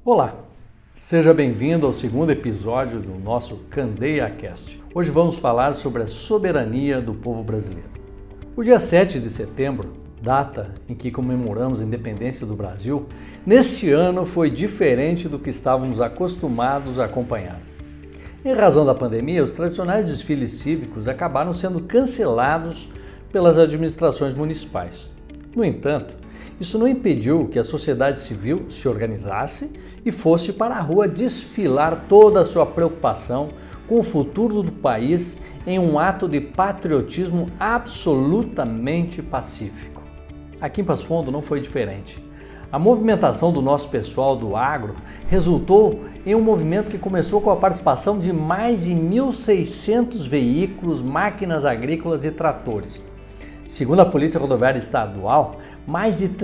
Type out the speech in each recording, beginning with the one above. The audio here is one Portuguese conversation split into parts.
Olá, seja bem-vindo ao segundo episódio do nosso CandeiaCast. Hoje vamos falar sobre a soberania do povo brasileiro. O dia 7 de setembro, data em que comemoramos a independência do Brasil, neste ano foi diferente do que estávamos acostumados a acompanhar. Em razão da pandemia, os tradicionais desfiles cívicos acabaram sendo cancelados pelas administrações municipais. No entanto, isso não impediu que a sociedade civil se organizasse e fosse para a rua desfilar toda a sua preocupação com o futuro do país em um ato de patriotismo absolutamente pacífico. Aqui em Passo Fundo não foi diferente. A movimentação do nosso pessoal do agro resultou em um movimento que começou com a participação de mais de 1.600 veículos, máquinas agrícolas e tratores. Segundo a Polícia Rodoviária Estadual, mais de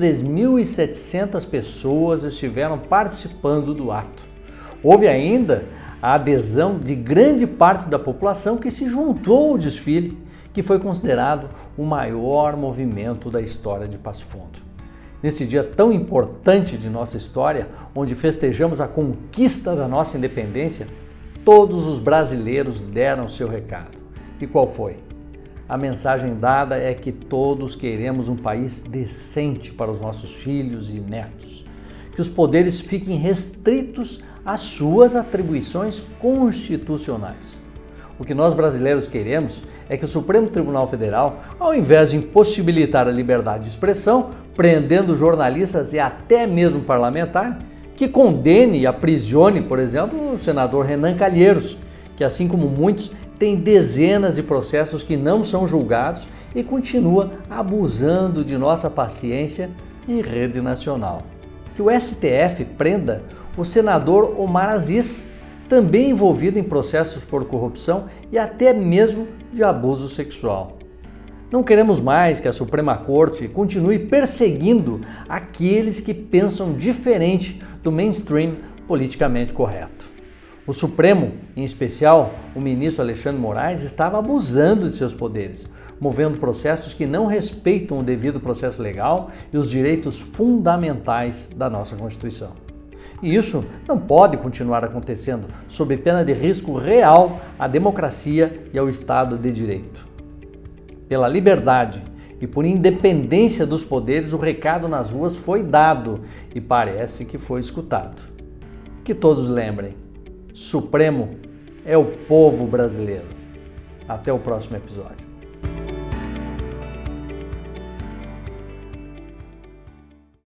3.700 pessoas estiveram participando do ato. Houve ainda a adesão de grande parte da população que se juntou ao desfile, que foi considerado o maior movimento da história de Passo Fundo. Nesse dia tão importante de nossa história, onde festejamos a conquista da nossa independência, todos os brasileiros deram seu recado. E qual foi? A mensagem dada é que todos queremos um país decente para os nossos filhos e netos, que os poderes fiquem restritos às suas atribuições constitucionais. O que nós brasileiros queremos é que o Supremo Tribunal Federal, ao invés de impossibilitar a liberdade de expressão, prendendo jornalistas e até mesmo parlamentar, que condene e aprisione, por exemplo, o senador Renan Calheiros, que assim como muitos, tem dezenas de processos que não são julgados e continua abusando de nossa paciência em rede nacional. Que o STF prenda o senador Omar Aziz, também envolvido em processos por corrupção e até mesmo de abuso sexual. Não queremos mais que a Suprema Corte continue perseguindo aqueles que pensam diferente do mainstream politicamente correto. O Supremo, em especial o ministro Alexandre Moraes, estava abusando de seus poderes, movendo processos que não respeitam o devido processo legal e os direitos fundamentais da nossa Constituição. E isso não pode continuar acontecendo sob pena de risco real à democracia e ao Estado de Direito. Pela liberdade e por independência dos poderes, o recado nas ruas foi dado e parece que foi escutado. Que todos lembrem, Supremo é o povo brasileiro. Até o próximo episódio.